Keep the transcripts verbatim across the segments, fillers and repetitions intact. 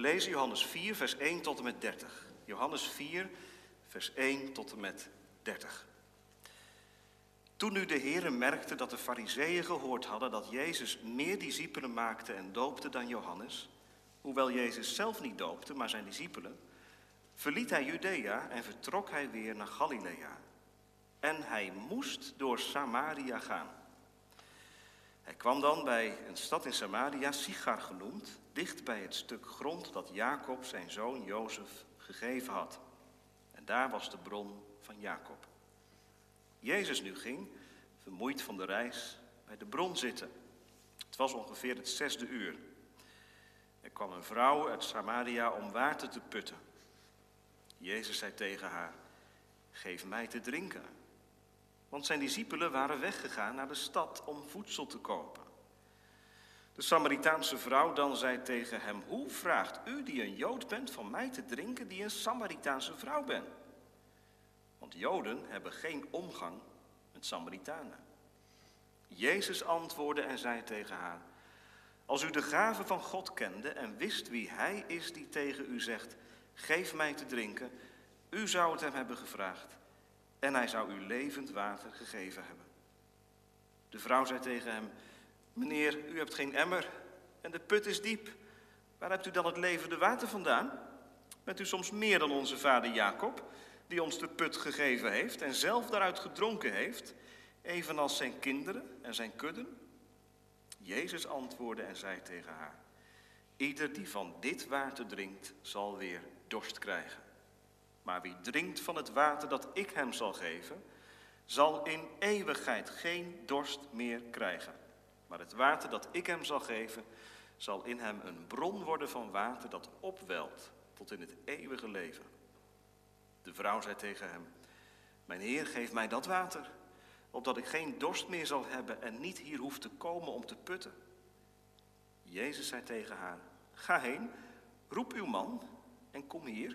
lezen Johannes vier, vers één tot en met dertig. Johannes vier, vers één tot en met dertig. Toen nu de Heere merkte dat de Farizeeën gehoord hadden dat Jezus meer discipelen maakte en doopte dan Johannes, hoewel Jezus zelf niet doopte, maar zijn discipelen, verliet hij Judea en vertrok hij weer naar Galilea. En hij moest door Samaria gaan. Hij kwam dan bij een stad in Samaria, Sichar genoemd, dicht bij het stuk grond dat Jacob zijn zoon Jozef gegeven had. En daar was de bron van Jacob. Jezus nu ging, vermoeid van de reis, bij de bron zitten. Het was ongeveer het zesde uur. Er kwam een vrouw uit Samaria om water te putten. Jezus zei tegen haar, geef mij te drinken. Want zijn discipelen waren weggegaan naar de stad om voedsel te kopen. De Samaritaanse vrouw dan zei tegen hem, hoe vraagt u die een Jood bent van mij te drinken die een Samaritaanse vrouw bent? Want Joden hebben geen omgang met Samaritanen. Jezus antwoordde en zei tegen haar, als u de gave van God kende en wist wie hij is die tegen u zegt, geef mij te drinken, u zou het hem hebben gevraagd en hij zou u levend water gegeven hebben. De vrouw zei tegen hem, meneer, u hebt geen emmer en de put is diep. Waar hebt u dan het levende water vandaan? Bent u soms meer dan onze vader Jacob, die ons de put gegeven heeft en zelf daaruit gedronken heeft, evenals zijn kinderen en zijn kudden? Jezus antwoordde en zei tegen haar, ieder die van dit water drinkt, zal weer dorst krijgen. Maar wie drinkt van het water dat ik hem zal geven, zal in eeuwigheid geen dorst meer krijgen. Maar het water dat ik hem zal geven, zal in hem een bron worden van water dat opwelt tot in het eeuwige leven. De vrouw zei tegen hem, mijn Heer, geef mij dat water, opdat ik geen dorst meer zal hebben en niet hier hoef te komen om te putten. Jezus zei tegen haar, ga heen, roep uw man en kom hier.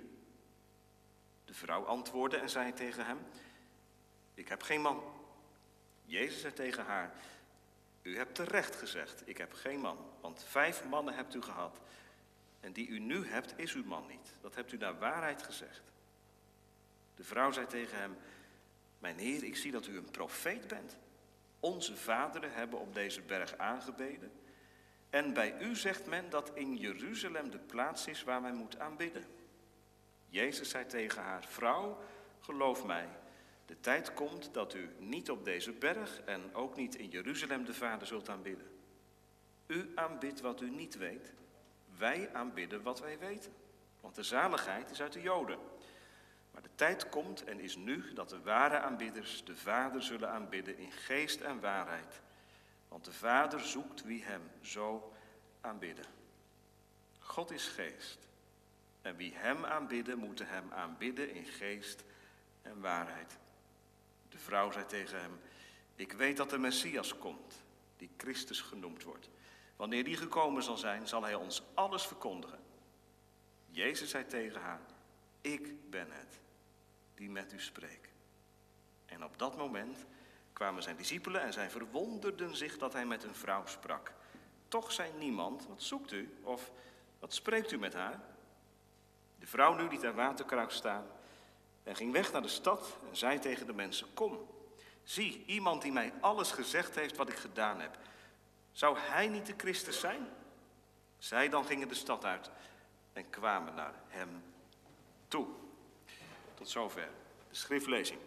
De vrouw antwoordde en zei tegen hem, ik heb geen man. Jezus zei tegen haar, u hebt terecht gezegd, ik heb geen man, want vijf mannen hebt u gehad. En die u nu hebt, is uw man niet. Dat hebt u naar waarheid gezegd. De vrouw zei tegen hem, mijn Heer, ik zie dat u een profeet bent. Onze vaderen hebben op deze berg aangebeden. En bij u zegt men dat in Jeruzalem de plaats is waar men moet aanbidden. Jezus zei tegen haar, vrouw, geloof mij, de tijd komt dat u niet op deze berg en ook niet in Jeruzalem de Vader zult aanbidden. U aanbidt wat u niet weet, wij aanbidden wat wij weten. Want de zaligheid is uit de Joden. Maar de tijd komt en is nu dat de ware aanbidders de Vader zullen aanbidden in geest en waarheid. Want de Vader zoekt wie hem zo aanbidden. God is geest. En wie hem aanbidden, moeten hem aanbidden in geest en waarheid. De vrouw zei tegen hem, ik weet dat de Messias komt, die Christus genoemd wordt. Wanneer die gekomen zal zijn, zal hij ons alles verkondigen. Jezus zei tegen haar, ik ben het die met u spreekt. En op dat moment kwamen zijn discipelen en zij verwonderden zich dat hij met een vrouw sprak. Toch zei niemand, wat zoekt u? Of wat spreekt u met haar? De vrouw nu liet haar waterkruik staan en ging weg naar de stad en zei tegen de mensen, kom, zie, iemand die mij alles gezegd heeft wat ik gedaan heb. Zou hij niet de Christus zijn? Zij dan gingen de stad uit en kwamen naar hem toe. Tot zover de schriftlezing.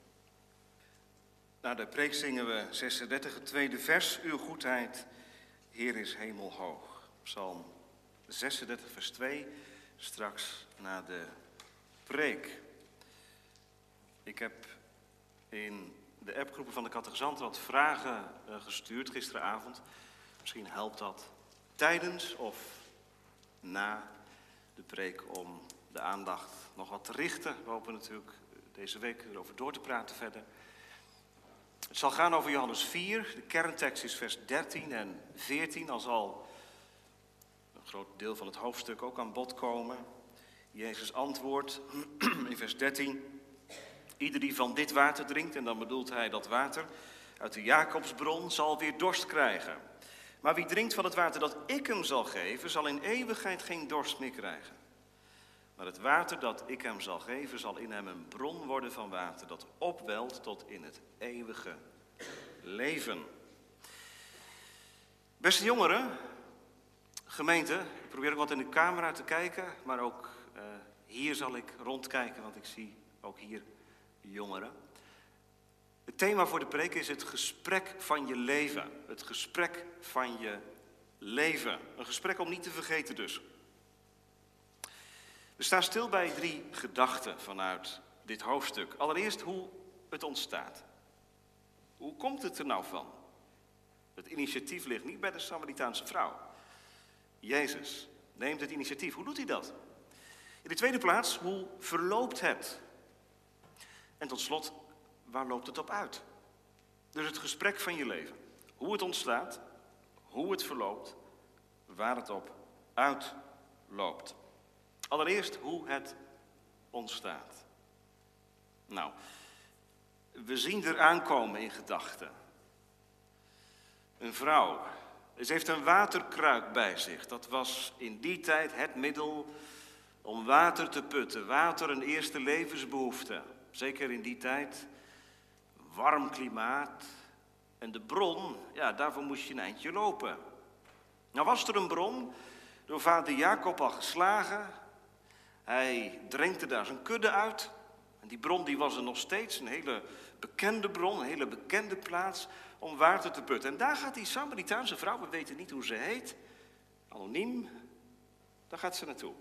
Na de preek zingen we zesendertig, het tweede vers. Uw goedheid, Heer, is hemelhoog. Psalm zesendertig, vers twee, straks na de preek. Ik heb in de appgroepen van de catechizanten wat vragen uh, gestuurd gisteravond. Misschien helpt dat tijdens of na de preek om de aandacht nog wat te richten. We hopen natuurlijk deze week erover door te praten verder. Het zal gaan over Johannes vier. De kerntekst is vers dertien en veertien. Al zal een groot deel van het hoofdstuk ook aan bod komen. Jezus antwoordt in vers dertien. Ieder die van dit water drinkt, en dan bedoelt hij dat water uit de Jacobsbron, zal weer dorst krijgen. Maar wie drinkt van het water dat ik hem zal geven, zal in eeuwigheid geen dorst meer krijgen. Maar het water dat ik hem zal geven, zal in hem een bron worden van water dat opwelt tot in het eeuwige leven. Beste jongeren, gemeente, ik probeer ook wat in de camera te kijken, maar ook uh, hier zal ik rondkijken, want ik zie ook hier jongeren. Het thema voor de preek is het gesprek van je leven. Het gesprek van je leven. Een gesprek om niet te vergeten dus. We staan stil bij drie gedachten vanuit dit hoofdstuk. Allereerst hoe het ontstaat. Hoe komt het er nou van? Het initiatief ligt niet bij de Samaritaanse vrouw. Jezus neemt het initiatief. Hoe doet hij dat? In de tweede plaats, hoe verloopt het? En tot slot, waar loopt het op uit? Dus het gesprek van je leven. Hoe het ontstaat, hoe het verloopt, waar het op uitloopt. Allereerst hoe het ontstaat. Nou, we zien er aankomen in gedachten. Een vrouw. Ze heeft een waterkruik bij zich. Dat was in die tijd het middel om water te putten. Water een eerste levensbehoefte. Zeker in die tijd. Warm klimaat. En de bron, ja, daarvoor moest je een eindje lopen. Nou was er een bron, door vader Jacob al geslagen. Hij drenkte daar zijn kudde uit. En die bron die was er nog steeds, een hele bekende bron, een hele bekende plaats om water te putten. En daar gaat die Samaritaanse vrouw, we weten niet hoe ze heet, anoniem, daar gaat ze naartoe.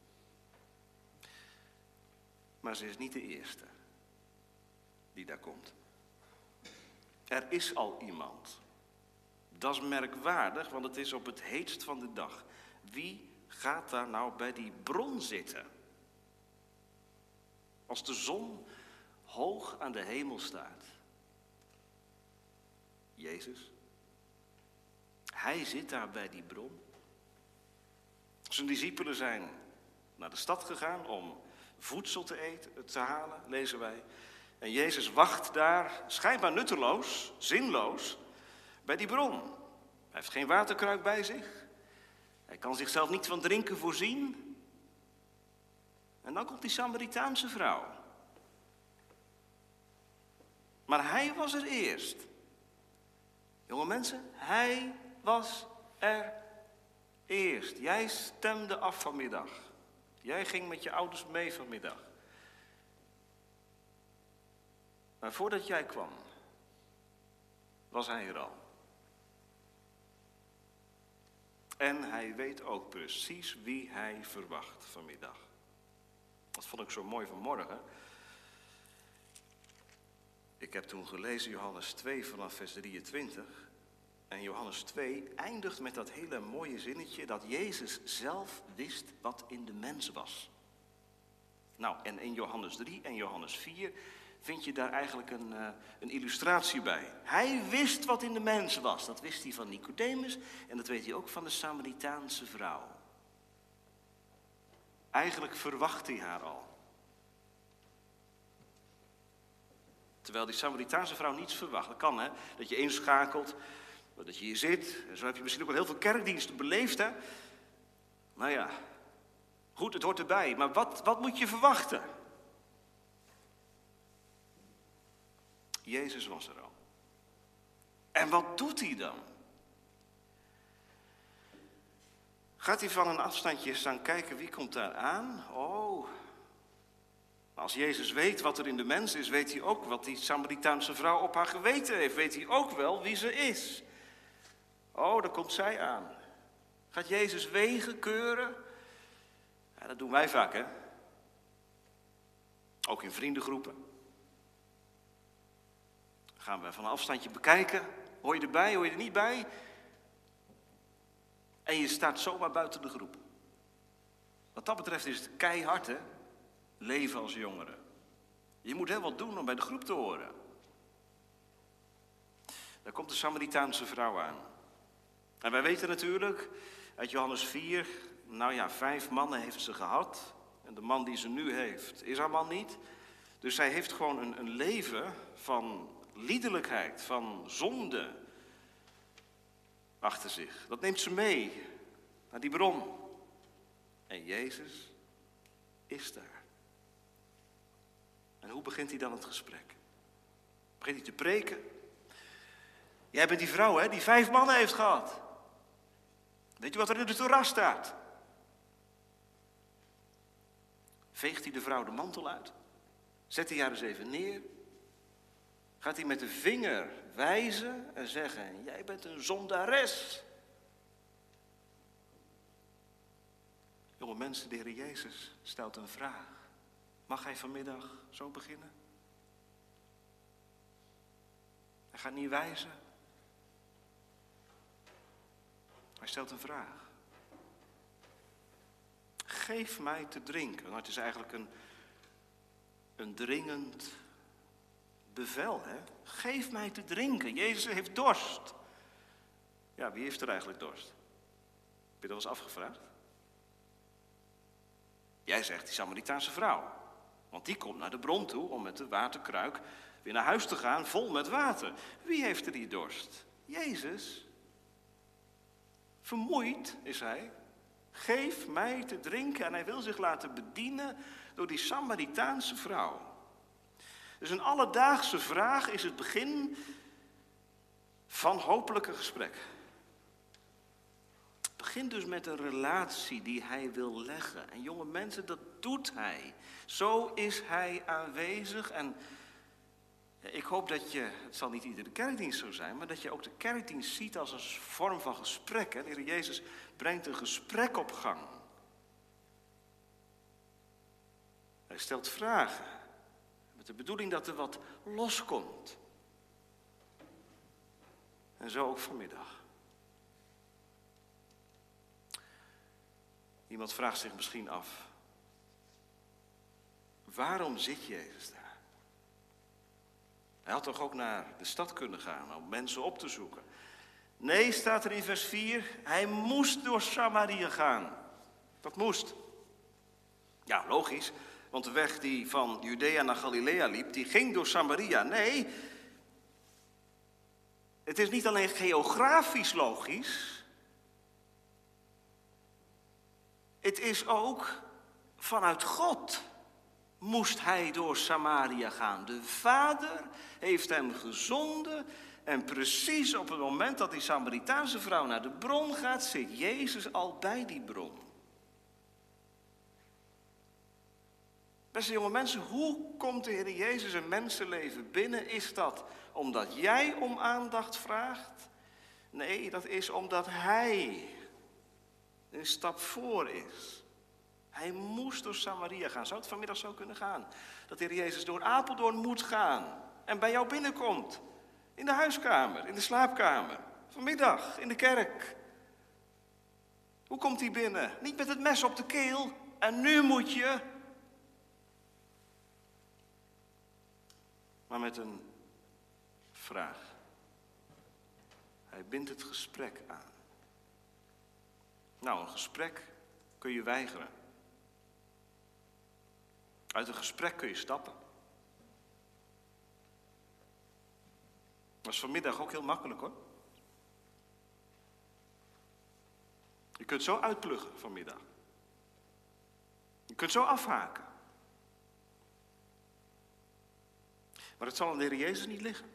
Maar ze is niet de eerste die daar komt. Er is al iemand. Dat is merkwaardig, want het is op het heetst van de dag. Wie gaat daar nou bij die bron zitten? Als de zon hoog aan de hemel staat. Jezus. Hij zit daar bij die bron. Zijn discipelen zijn naar de stad gegaan om voedsel te eten, te halen, lezen wij. En Jezus wacht daar, schijnbaar nutteloos, zinloos, bij die bron. Hij heeft geen waterkruik bij zich. Hij kan zichzelf niet van drinken voorzien. En dan komt die Samaritaanse vrouw. Maar hij was er eerst. Jonge mensen, hij was er eerst. Jij stemde af vanmiddag. Jij ging met je ouders mee vanmiddag. Maar voordat jij kwam, was hij er al. En hij weet ook precies wie hij verwacht vanmiddag. Dat vond ik zo mooi vanmorgen. Ik heb toen gelezen Johannes twee vanaf vers drieëntwintig. En Johannes twee eindigt met dat hele mooie zinnetje dat Jezus zelf wist wat in de mens was. Nou, en in Johannes drie en Johannes vier vind je daar eigenlijk een, uh, een illustratie bij. Hij wist wat in de mens was. Dat wist hij van Nicodemus en dat weet hij ook van de Samaritaanse vrouw. Eigenlijk verwacht hij haar al. Terwijl die Samaritaanse vrouw niets verwacht. Dat kan, hè? Dat je inschakelt, dat je hier zit. En zo heb je misschien ook wel heel veel kerkdiensten beleefd, hè? Nou ja, goed, het hoort erbij. Maar wat, wat moet je verwachten? Jezus was er al. En wat doet hij dan? Gaat hij van een afstandje staan kijken, wie komt daar aan? Oh, als Jezus weet wat er in de mens is, weet hij ook wat die Samaritaanse vrouw op haar geweten heeft. Weet hij ook wel wie ze is. Oh, daar komt zij aan. Gaat Jezus wegen, keuren? Ja, dat doen wij vaak, hè? Ook in vriendengroepen. Gaan we van een afstandje bekijken. Hoor je erbij, hoor je er niet bij? En je staat zomaar buiten de groep. Wat dat betreft is het keihard, hè? Leven als jongere. Je moet heel wat doen om bij de groep te horen. Daar komt de Samaritaanse vrouw aan. En wij weten natuurlijk uit Johannes vier, nou ja, vijf mannen heeft ze gehad. En de man die ze nu heeft, is haar man niet. Dus zij heeft gewoon een, een leven van liederlijkheid, van zonde. achter zich. Dat neemt ze mee naar die bron. En Jezus is daar. En hoe begint hij dan het gesprek? Begint hij te preken? Jij bent die vrouw, hè, die vijf mannen heeft gehad. Weet je wat er in de Torah staat? Veegt hij de vrouw de mantel uit? Zet hij haar eens even neer? Gaat hij met de vinger wijzen en zeggen, jij bent een zondares? Jonge mensen, de Heer Jezus stelt een vraag. Mag hij vanmiddag zo beginnen? Hij gaat niet wijzen. Hij stelt een vraag. Geef mij te drinken. Nou, het is eigenlijk een, een dringend bevel, hè? Geef mij te drinken. Jezus heeft dorst. Ja, wie heeft er eigenlijk dorst? Heb je dat wel eens afgevraagd? Jij zegt die Samaritaanse vrouw. Want die komt naar de bron toe om met de waterkruik weer naar huis te gaan, vol met water. Wie heeft er die dorst? Jezus. Vermoeid is hij. Geef mij te drinken. En hij wil zich laten bedienen door die Samaritaanse vrouw. Dus een alledaagse vraag is het begin van hopelijk een gesprek. Het begint dus met een relatie die hij wil leggen. En jonge mensen, dat doet hij. Zo is hij aanwezig. En ik hoop dat je, het zal niet iedere kerkdienst zo zijn, maar dat je ook de kerkdienst ziet als een vorm van gesprek. De Heer Jezus brengt een gesprek op gang. Hij stelt vragen. Met de bedoeling dat er wat loskomt. En zo ook vanmiddag. Iemand vraagt zich misschien af. Waarom zit Jezus daar? Hij had toch ook naar de stad kunnen gaan om mensen op te zoeken. Nee, staat er in vers vier. Hij moest door Samaria gaan. Dat moest. Ja, logisch. Want de weg die van Judea naar Galilea liep, die ging door Samaria. Nee, het is niet alleen geografisch logisch. Het is ook vanuit God moest hij door Samaria gaan. De Vader heeft hem gezonden. En precies op het moment dat die Samaritaanse vrouw naar de bron gaat, zit Jezus al bij die bron. Beste jonge mensen, hoe komt de Heer Jezus een mensenleven binnen? Is dat omdat jij om aandacht vraagt? Nee, dat is omdat hij een stap voor is. Hij moest door Samaria gaan. Zou het vanmiddag zo kunnen gaan? Dat de Heer Jezus door Apeldoorn moet gaan en bij jou binnenkomt. In de huiskamer, in de slaapkamer, vanmiddag, in de kerk. Hoe komt hij binnen? Niet met het mes op de keel. En nu moet je. Maar met een vraag. Hij bindt het gesprek aan. Nou, een gesprek kun je weigeren. Uit een gesprek kun je stappen. Dat is vanmiddag ook heel makkelijk, hoor. Je kunt zo uitpluggen vanmiddag. Je kunt zo afhaken. Maar het zal aan de Heer Jezus niet liggen.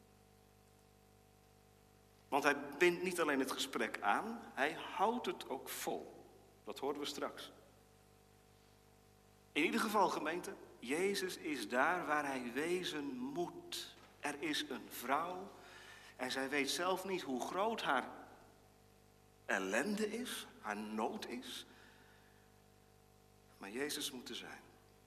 Want hij bindt niet alleen het gesprek aan, hij houdt het ook vol. Dat horen we straks. In ieder geval, gemeente, Jezus is daar waar hij wezen moet. Er is een vrouw en zij weet zelf niet hoe groot haar ellende is, haar nood is. Maar Jezus moet er zijn.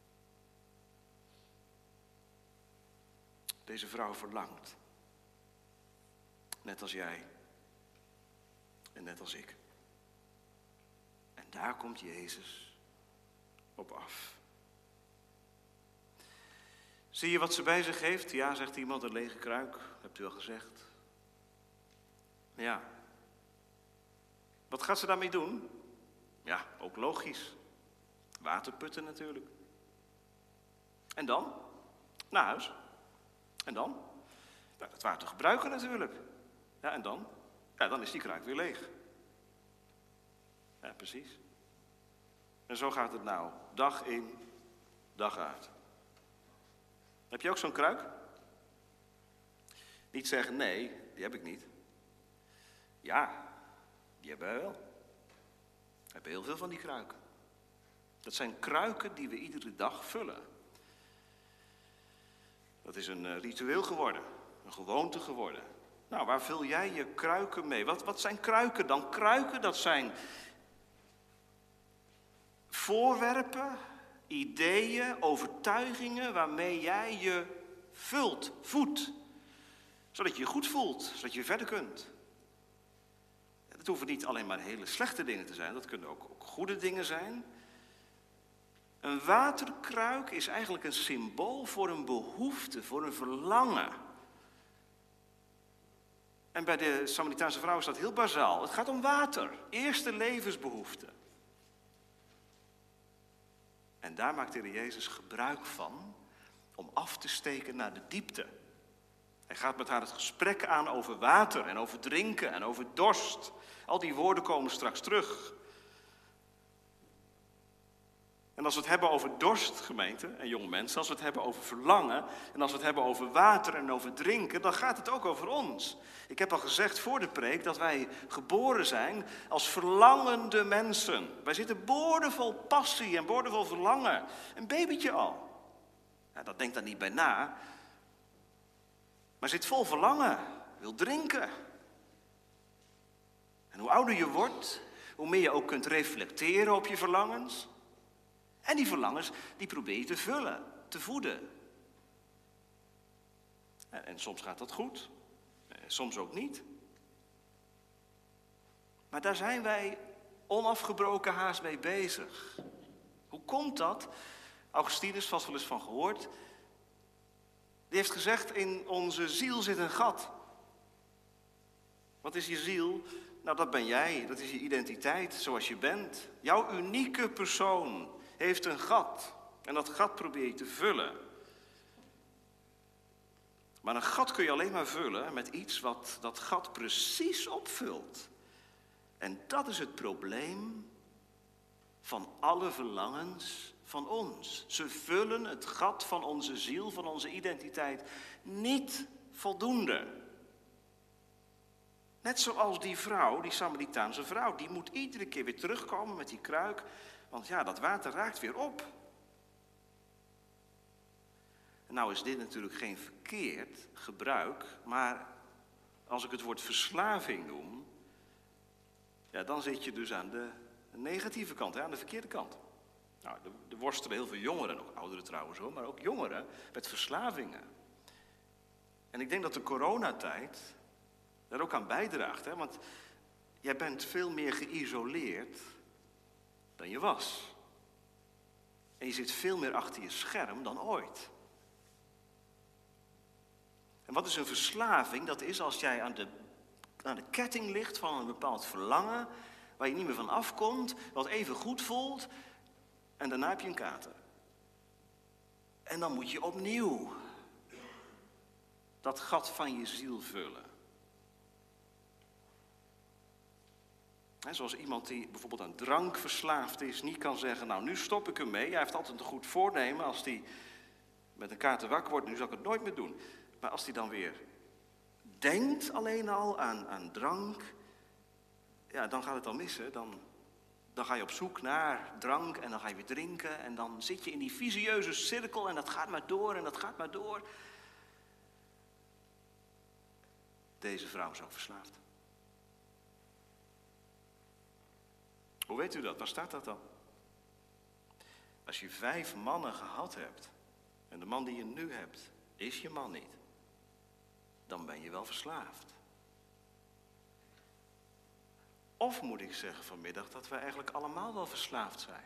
Deze vrouw verlangt. Net als jij. En net als ik. En daar komt Jezus op af. Zie je wat ze bij zich heeft? Ja, zegt iemand, een lege kruik. Hebt u al gezegd. Ja. Wat gaat ze daarmee doen? Ja, ook logisch. Waterputten natuurlijk. En dan? Naar huis. En dan? Nou, het water gebruiken natuurlijk. Ja, en dan? ja, dan is die kruik weer leeg. Ja, precies. En zo gaat het nou, dag in, dag uit. Heb je ook zo'n kruik? Niet zeggen, nee, die heb ik niet. Ja, die hebben wij wel. We hebben heel veel van die kruiken. Dat zijn kruiken die we iedere dag vullen. Dat is een uh, ritueel geworden, een gewoonte geworden. Nou, waar vul jij je kruiken mee? Wat, wat zijn kruiken dan? Kruiken, dat zijn voorwerpen, ideeën, overtuigingen waarmee jij je vult, voedt. Zodat je je goed voelt, zodat je verder kunt. Het hoeven niet alleen maar hele slechte dingen te zijn, dat kunnen ook, ook goede dingen zijn. Een waterkruik is eigenlijk een symbool voor een behoefte, voor een verlangen. En bij de Samaritaanse vrouw is dat heel bazaal. Het gaat om water, eerste levensbehoefte. En daar maakt de Heer Jezus gebruik van om af te steken naar de diepte. Hij gaat met haar het gesprek aan over water en over drinken en over dorst. Al die woorden komen straks terug. En als we het hebben over dorst, gemeente en jonge mensen, als we het hebben over verlangen en als we het hebben over water en over drinken, dan gaat het ook over ons. Ik heb al gezegd voor de preek dat wij geboren zijn als verlangende mensen. Wij zitten boordevol passie en boordevol verlangen. Een babytje al. Ja, dat denkt daar niet bij na. Maar zit vol verlangen, wil drinken. En hoe ouder je wordt, hoe meer je ook kunt reflecteren op je verlangens. En die verlangens, die probeer je te vullen, te voeden. En, en soms gaat dat goed, en soms ook niet. Maar daar zijn wij onafgebroken haast mee bezig. Hoe komt dat? Augustinus, vast wel eens van gehoord. Die heeft gezegd, in onze ziel zit een gat. Wat is je ziel? Nou, dat ben jij, dat is je identiteit, zoals je bent. Jouw unieke persoon heeft een gat. En dat gat probeer je te vullen. Maar een gat kun je alleen maar vullen met iets wat dat gat precies opvult. En dat is het probleem van alle verlangens van ons. Ze vullen het gat van onze ziel, van onze identiteit, niet voldoende. Net zoals die vrouw, die Samaritaanse vrouw, die moet iedere keer weer terugkomen met die kruik. Want ja, dat water raakt weer op. En nou is dit natuurlijk geen verkeerd gebruik, maar als ik het woord verslaving noem, ja, dan zit je dus aan de negatieve kant, hè, aan de verkeerde kant. Nou, er worstelen heel veel jongeren, ook ouderen trouwens hoor, maar ook jongeren met verslavingen. En ik denk dat de coronatijd daar ook aan bijdraagt, hè, want jij bent veel meer geïsoleerd dan je was. En je zit veel meer achter je scherm dan ooit. En wat is een verslaving? Dat is als jij aan de, aan de ketting ligt van een bepaald verlangen, waar je niet meer van afkomt, wat even goed voelt, en daarna heb je een kater. En dan moet je opnieuw dat gat van je ziel vullen. He, zoals iemand die bijvoorbeeld aan drank verslaafd is, niet kan zeggen, nou nu stop ik ermee. Hij heeft altijd een goed voornemen als hij met een kater wakker wordt, nu zal ik het nooit meer doen. Maar als hij dan weer denkt alleen al aan, aan drank, ja, dan gaat het al mis. Hè? Dan, dan ga je op zoek naar drank en dan ga je weer drinken. En dan zit je in die visieuze cirkel en dat gaat maar door en dat gaat maar door. Deze vrouw is ook verslaafd. Hoe weet u dat? Waar staat dat dan? Als je vijf mannen gehad hebt en de man die je nu hebt, is je man niet, dan ben je wel verslaafd. Of moet ik zeggen vanmiddag dat wij eigenlijk allemaal wel verslaafd zijn?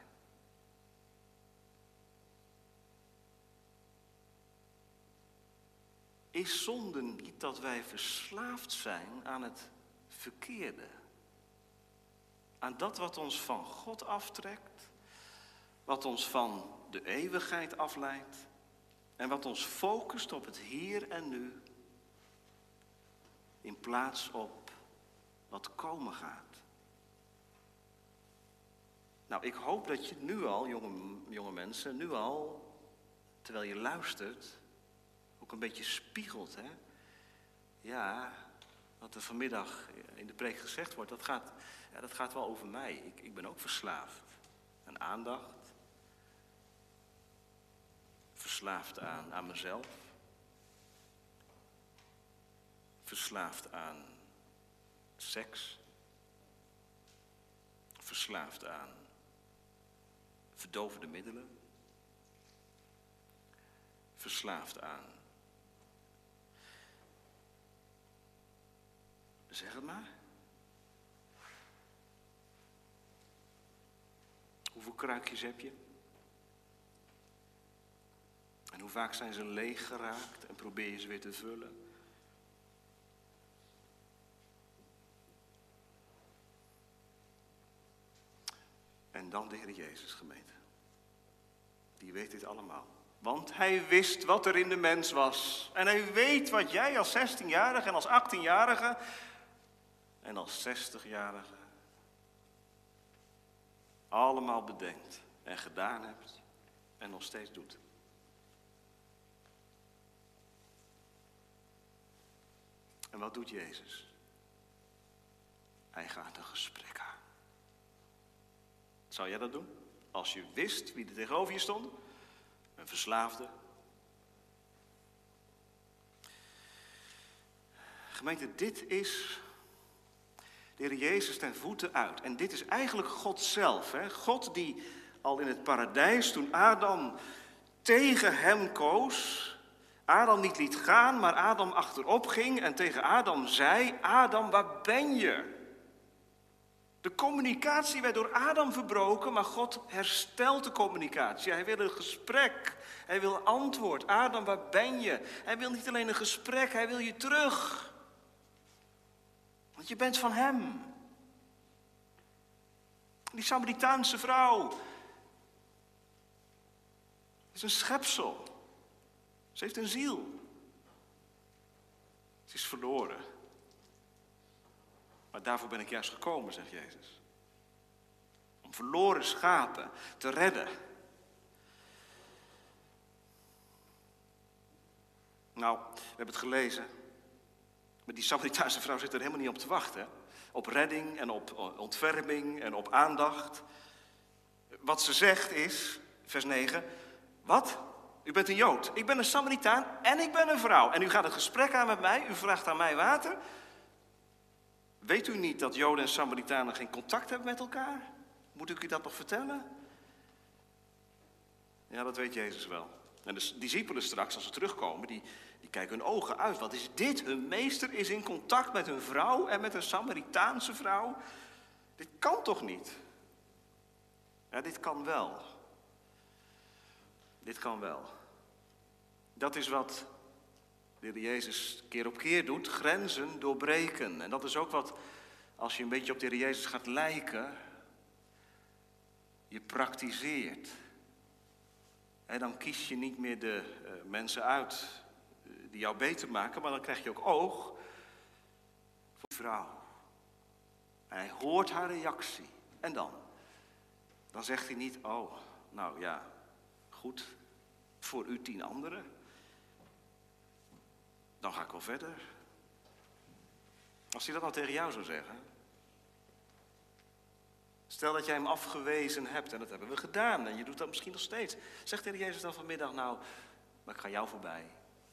Is zonde niet dat wij verslaafd zijn aan het verkeerde? Aan dat wat ons van God aftrekt, wat ons van de eeuwigheid afleidt en wat ons focust op het hier en nu, in plaats op wat komen gaat. Nou, ik hoop dat je nu al, jonge, jonge mensen, nu al, terwijl je luistert, ook een beetje spiegelt, hè? Ja, wat er vanmiddag in de preek gezegd wordt, dat gaat, ja, dat gaat wel over mij. Ik, ik ben ook verslaafd aan aandacht. Verslaafd aan, aan mezelf. Verslaafd aan seks. Verslaafd aan verdovende middelen. Verslaafd aan. Zeg het maar. Hoeveel kruikjes heb je? En hoe vaak zijn ze leeg geraakt en probeer je ze weer te vullen? En dan de Heer Jezus, gemeente. Die weet dit allemaal. Want hij wist wat er in de mens was. En hij weet wat jij als zestienjarige en als achttienjarige en als zestigjarige allemaal bedenkt en gedaan hebt en nog steeds doet. En wat doet Jezus? Hij gaat een gesprek aan. Zou jij dat doen? Als je wist wie er tegenover je stond? Een verslaafde. Gemeente, dit is de Heer Jezus ten voeten uit. En dit is eigenlijk God zelf. Hè? God die al in het paradijs, toen Adam tegen hem koos, Adam niet liet gaan, maar Adam achterop ging en tegen Adam zei: Adam, waar ben je? De communicatie werd door Adam verbroken, maar God herstelt de communicatie. Hij wil een gesprek, hij wil antwoord. Adam, waar ben je? Hij wil niet alleen een gesprek, hij wil je terug. Want je bent van hem. Die Samaritaanse vrouw is een schepsel. Ze heeft een ziel. Ze is verloren. Maar daarvoor ben ik juist gekomen, zegt Jezus. Om verloren schapen te redden. Nou, we hebben het gelezen. Maar die Samaritaanse vrouw zit er helemaal niet op te wachten. Hè? Op redding en op ontferming en op aandacht. Wat ze zegt is, vers negen. Wat? U bent een Jood. Ik ben een Samaritaan en ik ben een vrouw. En u gaat een gesprek aan met mij. U vraagt aan mij water. Weet u niet dat Joden en Samaritanen geen contact hebben met elkaar? Moet ik u dat nog vertellen? Ja, dat weet Jezus wel. En de discipelen straks, als ze terugkomen, die, die kijken hun ogen uit. Wat is dit? Hun meester is in contact met een vrouw en met een Samaritaanse vrouw. Dit kan toch niet? Ja, dit kan wel. Dit kan wel. Dat is wat de Heer Jezus keer op keer doet, grenzen doorbreken. En dat is ook wat, als je een beetje op de Heer Jezus gaat lijken, je praktiseert. En dan kies je niet meer de uh, mensen uit die jou beter maken, maar dan krijg je ook oog voor de vrouw. En hij hoort haar reactie. En dan? Dan zegt hij niet, oh, nou ja, goed, voor u tien anderen. Dan ga ik wel verder. Als hij dat nou tegen jou zou zeggen. Stel dat jij hem afgewezen hebt, en dat hebben we gedaan, en je doet dat misschien nog steeds. Zegt de Heer Jezus dan vanmiddag, nou, maar ik ga jou voorbij.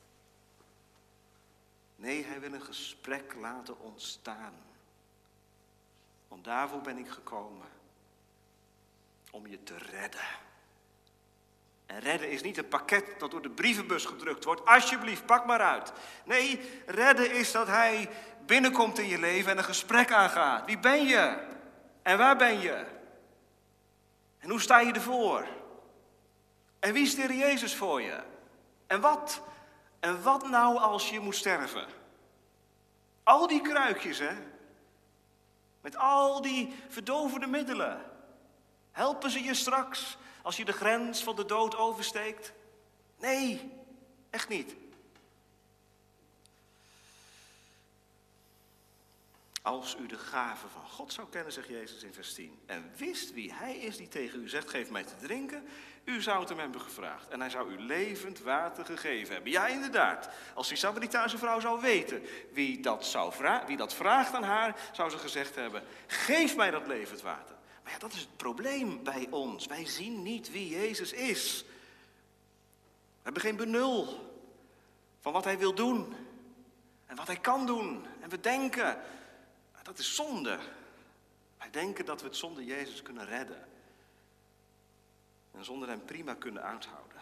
Nee, hij wil een gesprek laten ontstaan. Want daarvoor ben ik gekomen. Om je te redden. En redden is niet een pakket dat door de brievenbus gedrukt wordt. Alsjeblieft, pak maar uit. Nee, redden is dat hij binnenkomt in je leven en een gesprek aangaat. Wie ben je? En waar ben je? En hoe sta je ervoor? En wie is de Heer Jezus voor je? En wat? En wat nou als je moet sterven? Al die kruikjes, hè? Met al die verdovende middelen. Helpen ze je straks als je de grens van de dood oversteekt? Nee, echt niet. Als u de gave van God zou kennen, zegt Jezus in vers tien, en wist wie hij is die tegen u zegt, geef mij te drinken, u zou het hem hebben gevraagd. En hij zou u levend water gegeven hebben. Ja, inderdaad. Als die Samaritaanse vrouw zou weten wie dat, zou vra- wie dat vraagt aan haar, zou ze gezegd hebben, geef mij dat levend water. Maar ja, dat is het probleem bij ons. Wij zien niet wie Jezus is. We hebben geen benul van wat hij wil doen en wat hij kan doen. En we denken, dat is zonde. Wij denken dat we het zonder Jezus kunnen redden. En zonder hem prima kunnen uithouden.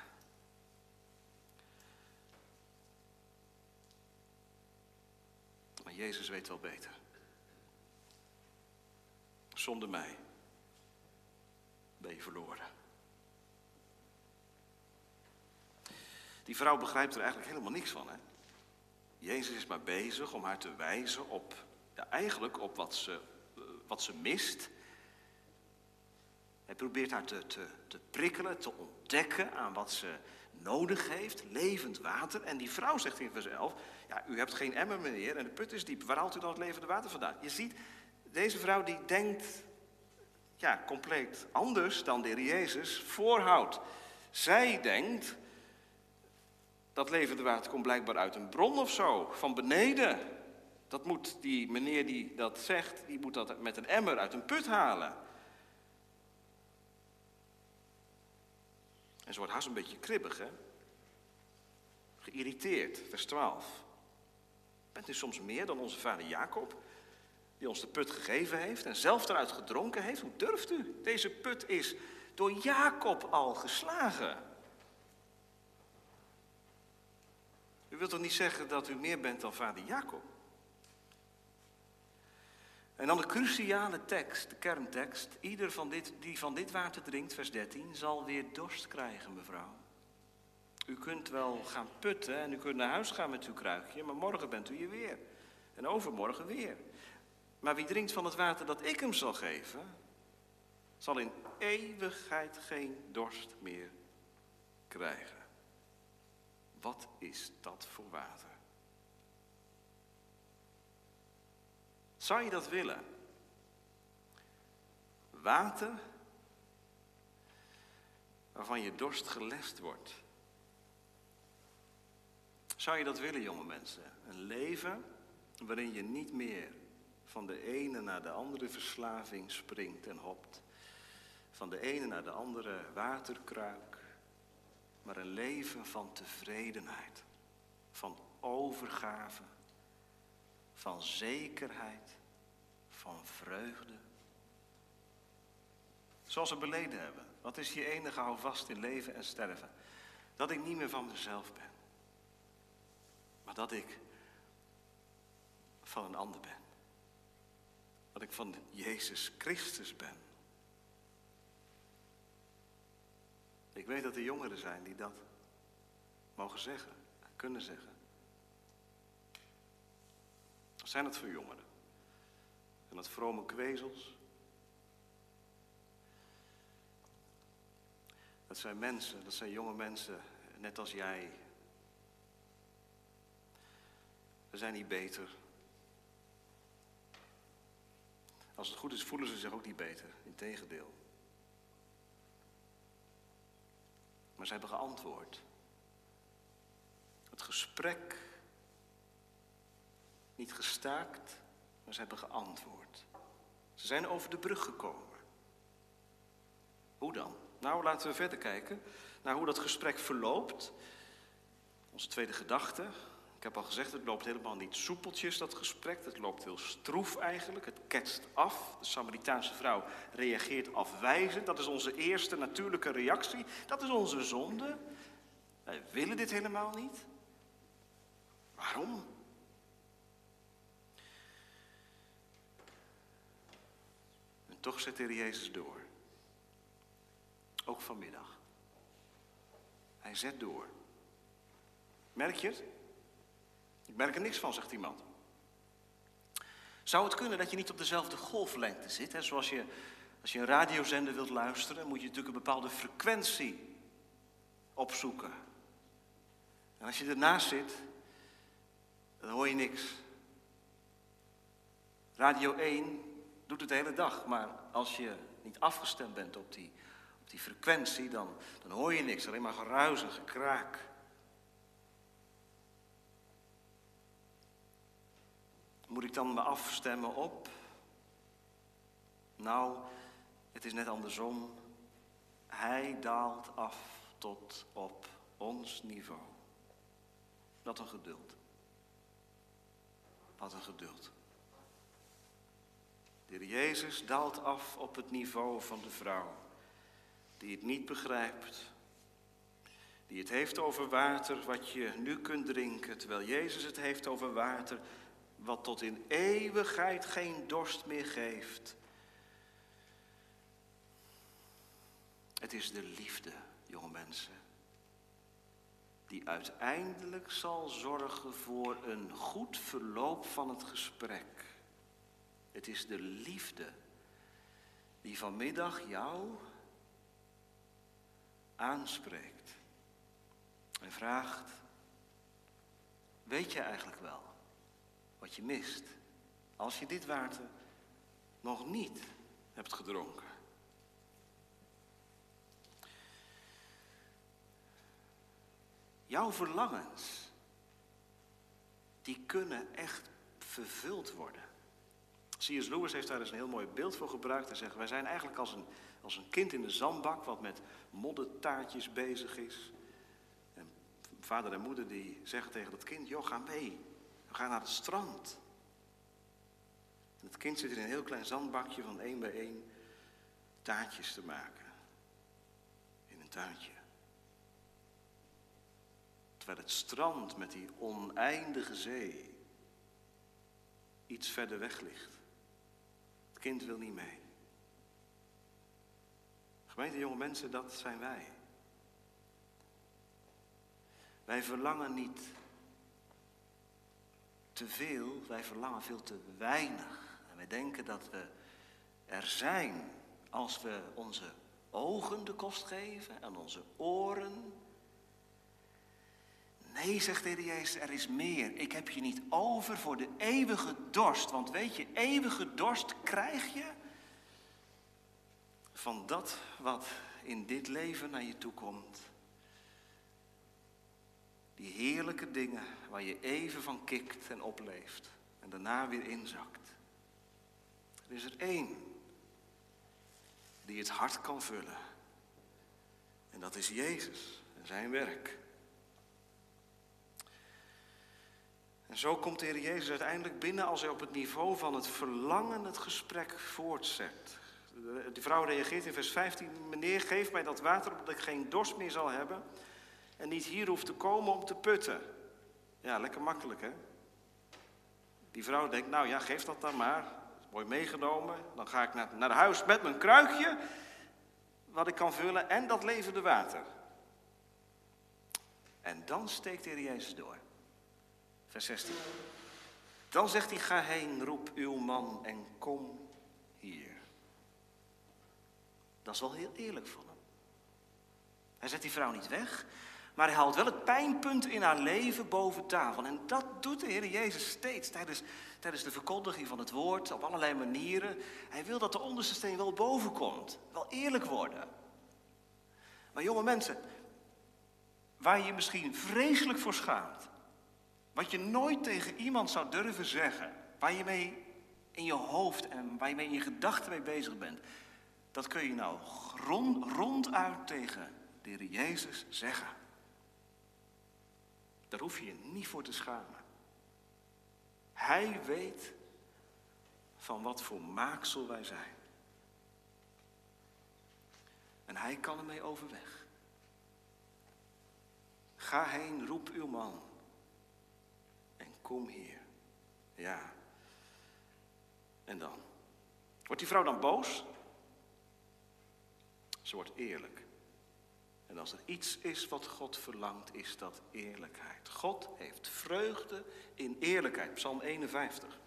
Maar Jezus weet wel beter. Zonder mij ben je verloren. Die vrouw begrijpt er eigenlijk helemaal niks van, hè? Jezus is maar bezig om haar te wijzen op, ja, eigenlijk op wat ze, wat ze mist. Hij probeert haar te, te, te prikkelen, te ontdekken aan wat ze nodig heeft, levend water. En die vrouw zegt in vers elf, ja, u hebt geen emmer, meneer, en de put is diep. Waar haalt u dan het levende water vandaan? Je ziet, deze vrouw die denkt, ja, compleet anders dan de Heer Jezus voorhoudt. Zij denkt, dat levende water komt blijkbaar uit een bron of zo, van beneden. Dat moet die meneer die dat zegt, die moet dat met een emmer uit een put halen. En ze wordt haast een beetje kribbig, hè? Geïrriteerd, vers twaalf. Bent u soms meer dan onze vader Jacob, die ons de put gegeven heeft en zelf eruit gedronken heeft? Hoe durft u? Deze put is door Jacob al geslagen. U wilt toch niet zeggen dat u meer bent dan vader Jacob? En dan de cruciale tekst, de kerntekst. Ieder van dit, die van dit water drinkt, vers dertien, zal weer dorst krijgen, mevrouw. U kunt wel gaan putten en u kunt naar huis gaan met uw kruikje, maar morgen bent u hier weer. En overmorgen weer. Maar wie drinkt van het water dat ik hem zal geven, zal in eeuwigheid geen dorst meer krijgen. Wat is dat voor water? Zou je dat willen? Water waarvan je dorst gelest wordt. Zou je dat willen, jonge mensen? Een leven waarin je niet meer van de ene naar de andere verslaving springt en hopt. Van de ene naar de andere waterkruik. Maar een leven van tevredenheid. Van overgave. Van zekerheid. Van vreugde. Zoals we beleden hebben. Wat is je enige houvast in leven en sterven? Dat ik niet meer van mezelf ben. Maar dat ik van een ander ben. Dat ik van Jezus Christus ben. Ik weet dat er jongeren zijn die dat mogen zeggen, kunnen zeggen. Wat zijn het voor jongeren? Zijn dat vrome kwezels? Dat zijn mensen, dat zijn jonge mensen, net als jij. We zijn niet beter. Als het goed is, voelen ze zich ook niet beter. Integendeel. Maar ze hebben geantwoord. Het gesprek, niet gestaakt, maar ze hebben geantwoord. Ze zijn over de brug gekomen. Hoe dan? Nou, laten we verder kijken naar hoe dat gesprek verloopt. Onze tweede gedachte. Ik heb al gezegd, het loopt helemaal niet soepeltjes, dat gesprek. Het loopt heel stroef eigenlijk. Het ketst af. De Samaritaanse vrouw reageert afwijzend. Dat is onze eerste natuurlijke reactie. Dat is onze zonde. Wij willen dit helemaal niet. Waarom? En toch zet de Heer Jezus door. Ook vanmiddag. Hij zet door. Merk je het? Ik merk er niks van, zegt iemand. Zou het kunnen dat je niet op dezelfde golflengte zit? Hè? Zoals je, als je een radiozender wilt luisteren, moet je natuurlijk een bepaalde frequentie opzoeken. En als je ernaast zit, dan hoor je niks. Radio één doet het de hele dag, maar als je niet afgestemd bent op die, op die frequentie, dan, dan hoor je niks, alleen maar geruis en gekraak. Moet ik dan me afstemmen op? Nou, het is net andersom. Hij daalt af tot op ons niveau. Wat een geduld. Wat een geduld. De Heer Jezus daalt af op het niveau van de vrouw, die het niet begrijpt, die het heeft over water wat je nu kunt drinken, terwijl Jezus het heeft over water wat tot in eeuwigheid geen dorst meer geeft. Het is de liefde, jonge mensen, die uiteindelijk zal zorgen voor een goed verloop van het gesprek. Het is de liefde die vanmiddag jou aanspreekt en vraagt: weet je eigenlijk wel wat je mist als je dit water nog niet hebt gedronken? Jouw verlangens, die kunnen echt vervuld worden. C S Lewis heeft daar eens een heel mooi beeld voor gebruikt. Hij zegt, wij zijn eigenlijk als een, als een kind in een zandbak wat met moddertaartjes bezig is. En vader en moeder die zeggen tegen dat kind, joh, ga mee. We gaan naar het strand. En het kind zit in een heel klein zandbakje van één bij één taartjes te maken. In een tuintje. Terwijl het strand met die oneindige zee iets verder weg ligt. Het kind wil niet mee. Gemeente, jonge mensen, dat zijn wij. Wij verlangen niet te veel, wij verlangen veel te weinig. En wij denken dat we er zijn als we onze ogen de kost geven en onze oren. Nee, zegt de Heer Jezus, er is meer. Ik heb je niet over voor de eeuwige dorst. Want weet je, eeuwige dorst krijg je van dat wat in dit leven naar je toe komt. Die heerlijke dingen waar je even van kikt en opleeft. En daarna weer inzakt. Er is er één die het hart kan vullen. En dat is Jezus en zijn werk. En zo komt de Heer Jezus uiteindelijk binnen als hij op het niveau van het verlangen het gesprek voortzet. Die vrouw reageert in vers vijftien, meneer, geef mij dat water opdat ik geen dorst meer zal hebben en niet hier hoef te komen om te putten. Ja, lekker makkelijk, hè? Die vrouw denkt, nou ja, geef dat dan maar. Mooi meegenomen. Dan ga ik naar, naar huis met mijn kruikje, wat ik kan vullen, en dat levende water. En dan steekt de Heer Jezus door. Vers zestien. Dan zegt hij, ga heen, roep uw man en kom hier. Dat is wel heel eerlijk van hem. Hij zet die vrouw niet weg, maar hij haalt wel het pijnpunt in haar leven boven tafel. En dat doet de Heer Jezus steeds tijdens, tijdens de verkondiging van het woord, op allerlei manieren. Hij wil dat de onderste steen wel boven komt, wel eerlijk worden. Maar jonge mensen, waar je je misschien vreselijk voor schaamt, wat je nooit tegen iemand zou durven zeggen, waar je mee in je hoofd en waar je mee in je gedachten mee bezig bent, dat kun je nou rond, ronduit tegen de Heer Jezus zeggen. Daar hoef je je niet voor te schamen. Hij weet van wat voor maaksel wij zijn. En hij kan ermee overweg. Ga heen, roep uw man. En kom hier. Ja. En dan? Wordt die vrouw dan boos? Ze wordt eerlijk. En als er iets is wat God verlangt, is dat eerlijkheid. God heeft vreugde in eerlijkheid. Psalm eenenvijftig.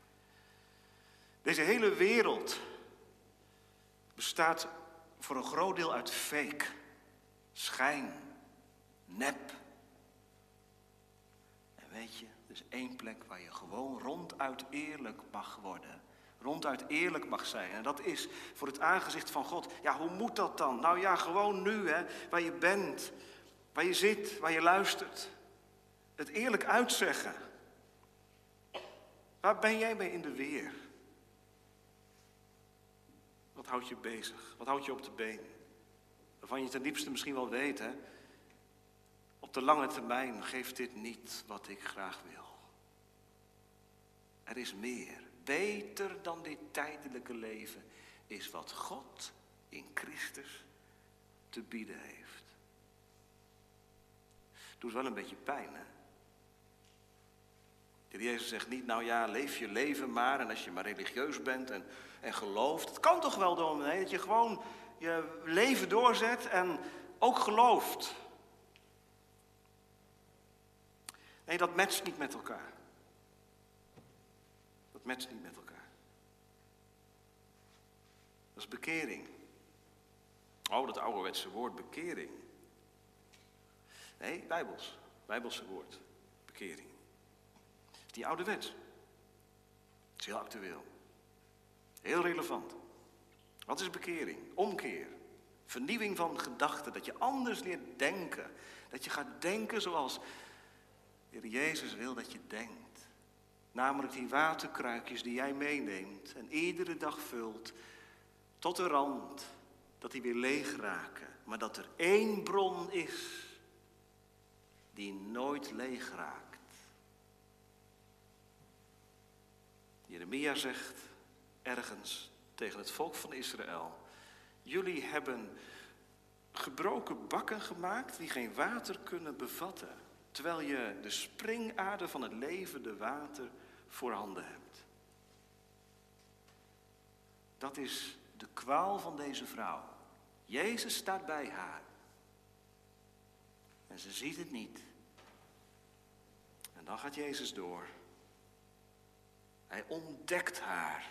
Deze hele wereld bestaat voor een groot deel uit fake, schijn, nep. En En weet je, er is één plek waar je gewoon ronduit eerlijk mag worden. Ronduit eerlijk mag zijn. En dat is voor het aangezicht van God. Ja, hoe moet dat dan? Nou ja, gewoon nu, hè, waar je bent, waar je zit, waar je luistert. Het eerlijk uitzeggen. Waar ben jij mee in de weer? Wat houdt je bezig? Wat houdt je op de been? Waarvan je ten diepste misschien wel weet, hè? Op de lange termijn geeft dit niet wat ik graag wil. Er is meer. Beter dan dit tijdelijke leven is wat God in Christus te bieden heeft. Doet wel een beetje pijn, hè? De Heer Jezus zegt niet, nou ja, leef je leven maar. En als je maar religieus bent en, en gelooft. Het kan toch wel, dominee, dat je gewoon je leven doorzet en ook gelooft. Nee, dat matcht niet met elkaar. Dat matcht niet met elkaar. Dat is bekering. Oh, dat ouderwetse woord bekering. Nee, bijbels. Bijbelse woord. Bekering. Die oude wet. Het is heel actueel. Heel relevant. Wat is bekering? Omkeer. Vernieuwing van gedachten. Dat je anders leert denken. Dat je gaat denken zoals de Heer Jezus wil dat je denkt. Namelijk die waterkruikjes die jij meeneemt en iedere dag vult tot de rand. Dat die weer leeg raken. Maar dat er één bron is die nooit leeg raakt. Jeremia zegt ergens tegen het volk van Israël: jullie hebben gebroken bakken gemaakt die geen water kunnen bevatten, terwijl je de springader van het levende water voorhanden hebt. Dat is de kwaal van deze vrouw. Jezus staat bij haar. En ze ziet het niet. En dan gaat Jezus door. Hij ontdekt haar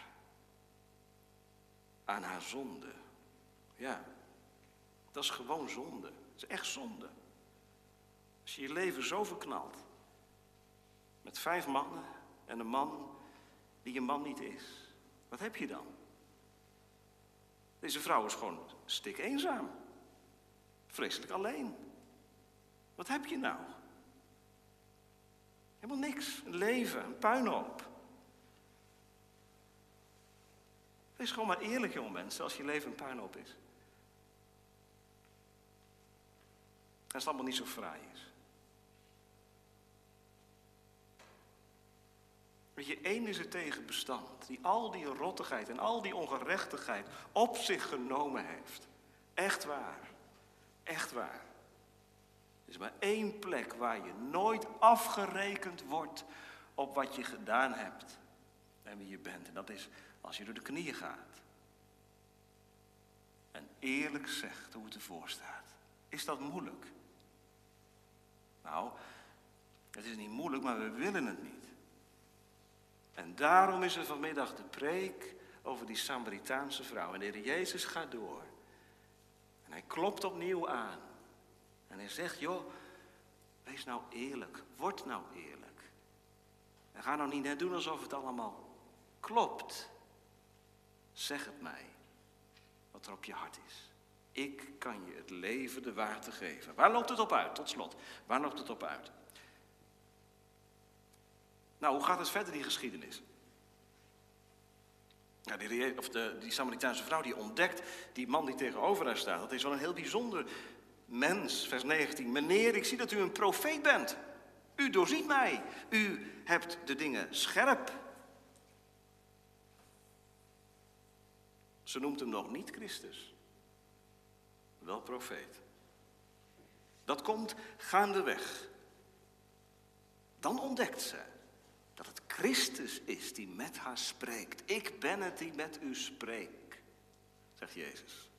aan haar zonde. Ja, dat is gewoon zonde. Dat is echt zonde. Als je je leven zo verknalt. Met vijf mannen en een man die je man niet is. Wat heb je dan? Deze vrouw is gewoon stik eenzaam. Vreselijk alleen. Wat heb je nou? Helemaal niks. Een leven, een puinhoop. Wees gewoon maar eerlijk, jonge mensen, als je leven een puinhoop is. Als het allemaal niet zo fraai is. Weet je, één is er tegen bestand, die al die rottigheid en al die ongerechtigheid op zich genomen heeft. Echt waar. Echt waar. Er is maar één plek waar je nooit afgerekend wordt op wat je gedaan hebt en wie je bent. En dat is als je door de knieën gaat. En eerlijk zegt hoe het ervoor staat. Is dat moeilijk? Nou, het is niet moeilijk, maar we willen het niet. En daarom is er vanmiddag de preek over die Samaritaanse vrouw. En de Heer Jezus gaat door. En hij klopt opnieuw aan. En hij zegt, joh, wees nou eerlijk. Word nou eerlijk. En ga nou niet net doen alsof het allemaal klopt. Zeg het mij, wat er op je hart is. Ik kan je het leven de water geven. Waar loopt het op uit, tot slot? Waar loopt het op uit? Nou, hoe gaat het verder, die geschiedenis? Nou, die, of de, die Samaritaanse vrouw die ontdekt, die man die tegenover haar staat, dat is wel een heel bijzonder mens. Vers negentien. Meneer, ik zie dat u een profeet bent. U doorziet mij. U hebt de dingen scherp. Ze noemt hem nog niet Christus. Wel profeet. Dat komt gaandeweg. Dan ontdekt ze dat het Christus is die met haar spreekt. Ik ben het die met u spreekt, zegt Jezus.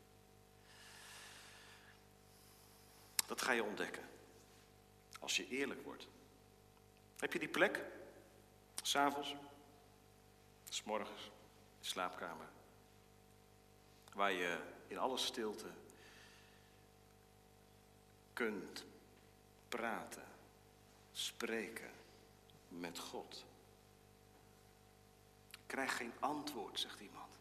Dat ga je ontdekken. Als je eerlijk wordt. Heb je die plek? 'S Avonds? 'S Morgens? De slaapkamer? Waar je in alle stilte kunt praten, spreken, met God. Ik krijg geen antwoord, zegt iemand.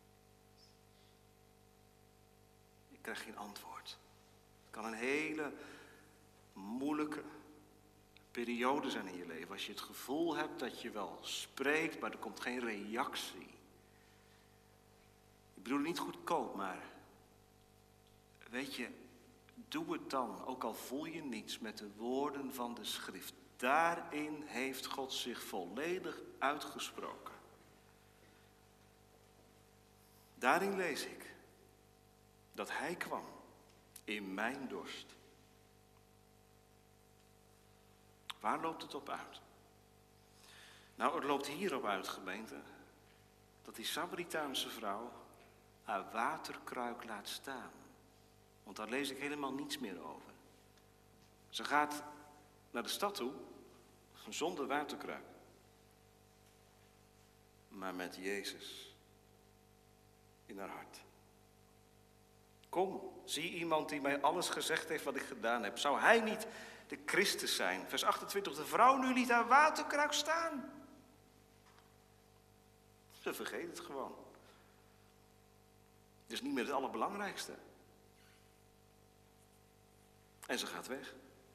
Ik krijg geen antwoord. Het kan een hele moeilijke periode zijn in je leven. Als je het gevoel hebt dat je wel spreekt, maar er komt geen reactie. Ik bedoel het niet goedkoop, maar weet je, doe het dan, ook al voel je niets, met de woorden van de schrift. Daarin heeft God zich volledig uitgesproken. Daarin lees ik dat hij kwam in mijn dorst. Waar loopt het op uit? Nou, het loopt hierop uit, gemeente, dat die Samaritaanse vrouw haar waterkruik laat staan. Want daar lees ik helemaal niets meer over. Ze gaat naar de stad toe, zonder waterkruik. Maar met Jezus in haar hart. Kom, zie iemand die mij alles gezegd heeft wat ik gedaan heb. Zou hij niet de Christus zijn? Vers achtentwintig, de vrouw nu liet haar waterkruik staan. Ze vergeet het gewoon. Het is niet meer het allerbelangrijkste. En ze gaat weg.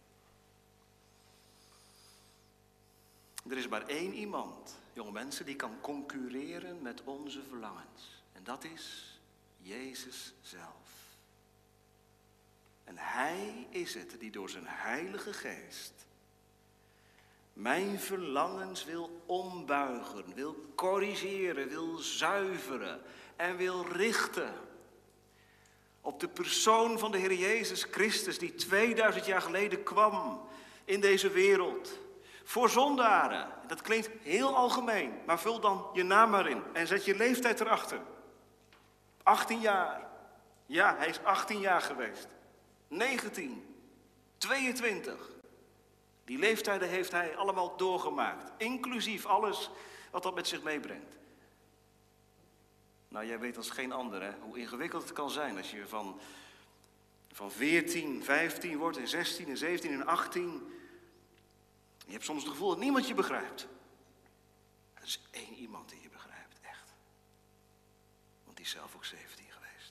Er is maar één iemand, jonge mensen, die kan concurreren met onze verlangens. En dat is Jezus zelf. En hij is het die door zijn Heilige Geest mijn verlangens wil ombuigen, wil corrigeren, wil zuiveren en wil richten op de persoon van de Heer Jezus Christus, die tweeduizend jaar geleden kwam in deze wereld. Voor zondaren. Dat klinkt heel algemeen, maar vul dan je naam maar in en zet je leeftijd erachter. achttien jaar. Ja, hij is achttien jaar geweest. negentien. tweeëntwintig. Die leeftijden heeft hij allemaal doorgemaakt. Inclusief alles wat dat met zich meebrengt. Nou, jij weet als geen ander, hè, hoe ingewikkeld het kan zijn als je van, van veertien, vijftien wordt en zestien en zeventien en achttien. Je hebt soms het gevoel dat niemand je begrijpt. Er is één iemand die je begrijpt, echt. Want die is zelf ook zeventien geweest.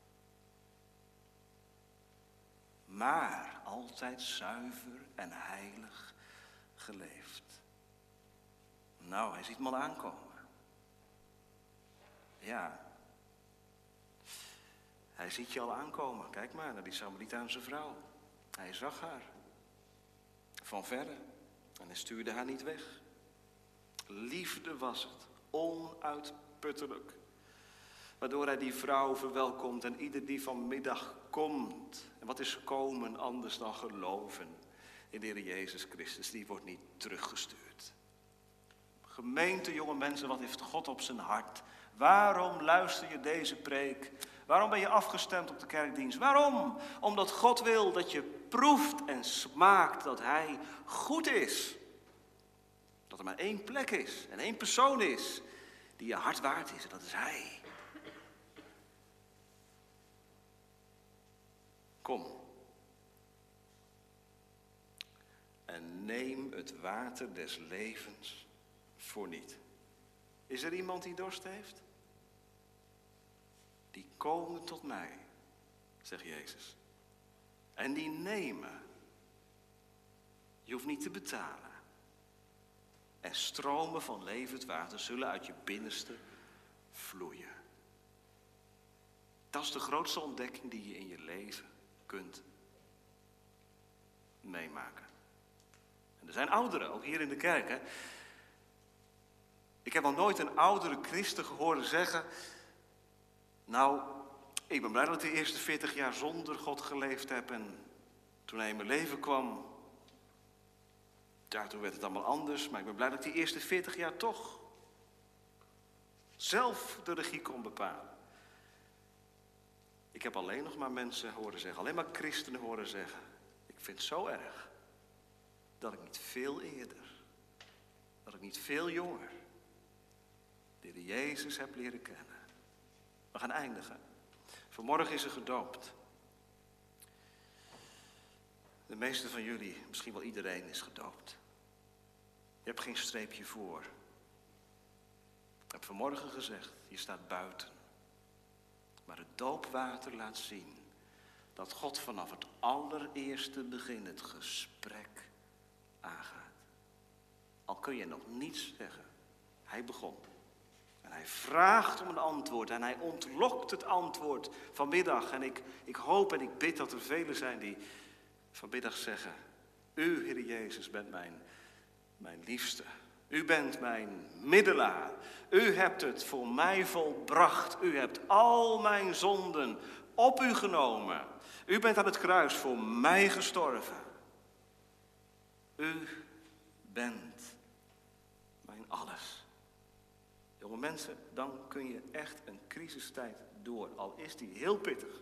Maar altijd zuiver en heilig geleefd. Nou, hij ziet me al aankomen. Ja. Hij ziet je al aankomen. Kijk maar naar die Samaritaanse vrouw. Hij zag haar. Van verre. En hij stuurde haar niet weg. Liefde was het. Onuitputtelijk. Waardoor hij die vrouw verwelkomt en ieder die vanmiddag komt. En wat is komen anders dan geloven in de Heer Jezus Christus. Die wordt niet teruggestuurd. Gemeente, jonge mensen, wat heeft God op zijn hart? Waarom luister je deze preek? Waarom ben je afgestemd op de kerkdienst? Waarom? Omdat God wil dat je proeft en smaakt dat hij goed is. Dat er maar één plek is en één persoon is die je hart waard is. En dat is hij. Kom. En neem het water des levens voor niet. Is er iemand die dorst heeft? Die komen tot mij, zegt Jezus. En die nemen. Je hoeft niet te betalen. En stromen van levend water zullen uit je binnenste vloeien. Dat is de grootste ontdekking die je in je leven kunt meemaken. En er zijn ouderen, ook hier in de kerk. Hè? Ik heb nog nooit een oudere christen gehoord zeggen: nou, ik ben blij dat ik de eerste veertig jaar zonder God geleefd heb. En toen hij in mijn leven kwam, ja, toen werd het allemaal anders. Maar ik ben blij dat ik die eerste veertig jaar toch zelf de regie kon bepalen. Ik heb alleen nog maar mensen horen zeggen, alleen maar christenen horen zeggen: ik vind het zo erg dat ik niet veel eerder, dat ik niet veel jonger de Heer Jezus heb leren kennen. We gaan eindigen. Vanmorgen is er gedoopt. De meeste van jullie, misschien wel iedereen, is gedoopt. Je hebt geen streepje voor. Ik heb vanmorgen gezegd, je staat buiten. Maar het doopwater laat zien dat God vanaf het allereerste begin het gesprek aangaat. Al kun je nog niets zeggen. Hij begon. En hij vraagt om een antwoord en hij ontlokt het antwoord vanmiddag. En ik, ik hoop en ik bid dat er velen zijn die vanmiddag zeggen: U, Heer Jezus, bent mijn, mijn liefste. U bent mijn middelaar. U hebt het voor mij volbracht. U hebt al mijn zonden op u genomen. U bent aan het kruis voor mij gestorven. U bent mijn alles. Jonge mensen, dan kun je echt een crisistijd door. Al is die heel pittig.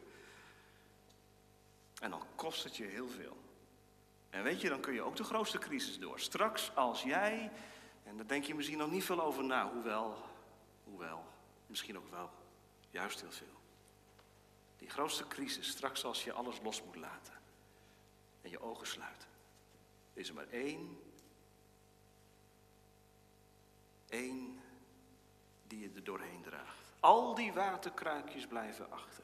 En dan kost het je heel veel. En weet je, dan kun je ook de grootste crisis door. Straks als jij, en daar denk je misschien nog niet veel over na, hoewel, hoewel, misschien ook wel, juist heel veel. Die grootste crisis, straks als je alles los moet laten en je ogen sluit, is er maar één, één die je er doorheen draagt. Al die waterkruikjes blijven achter.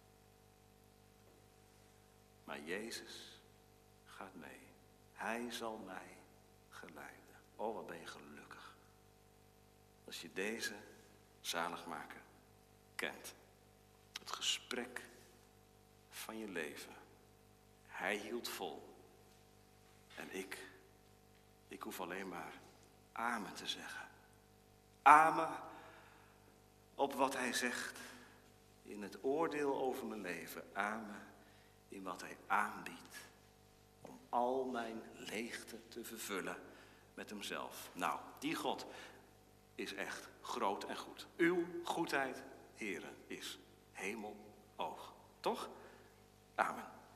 Maar Jezus gaat mee. Hij zal mij geleiden. Oh, wat ben je gelukkig. Als je deze zaligmaker kent. Het gesprek van je leven. Hij hield vol. En ik, ik hoef alleen maar amen te zeggen. Amen op wat hij zegt in het oordeel over mijn leven. Amen in wat hij aanbiedt om al mijn leegte te vervullen met hemzelf. Nou, die God is echt groot en goed. Uw goedheid, Heere, is hemeloog. Toch? Amen.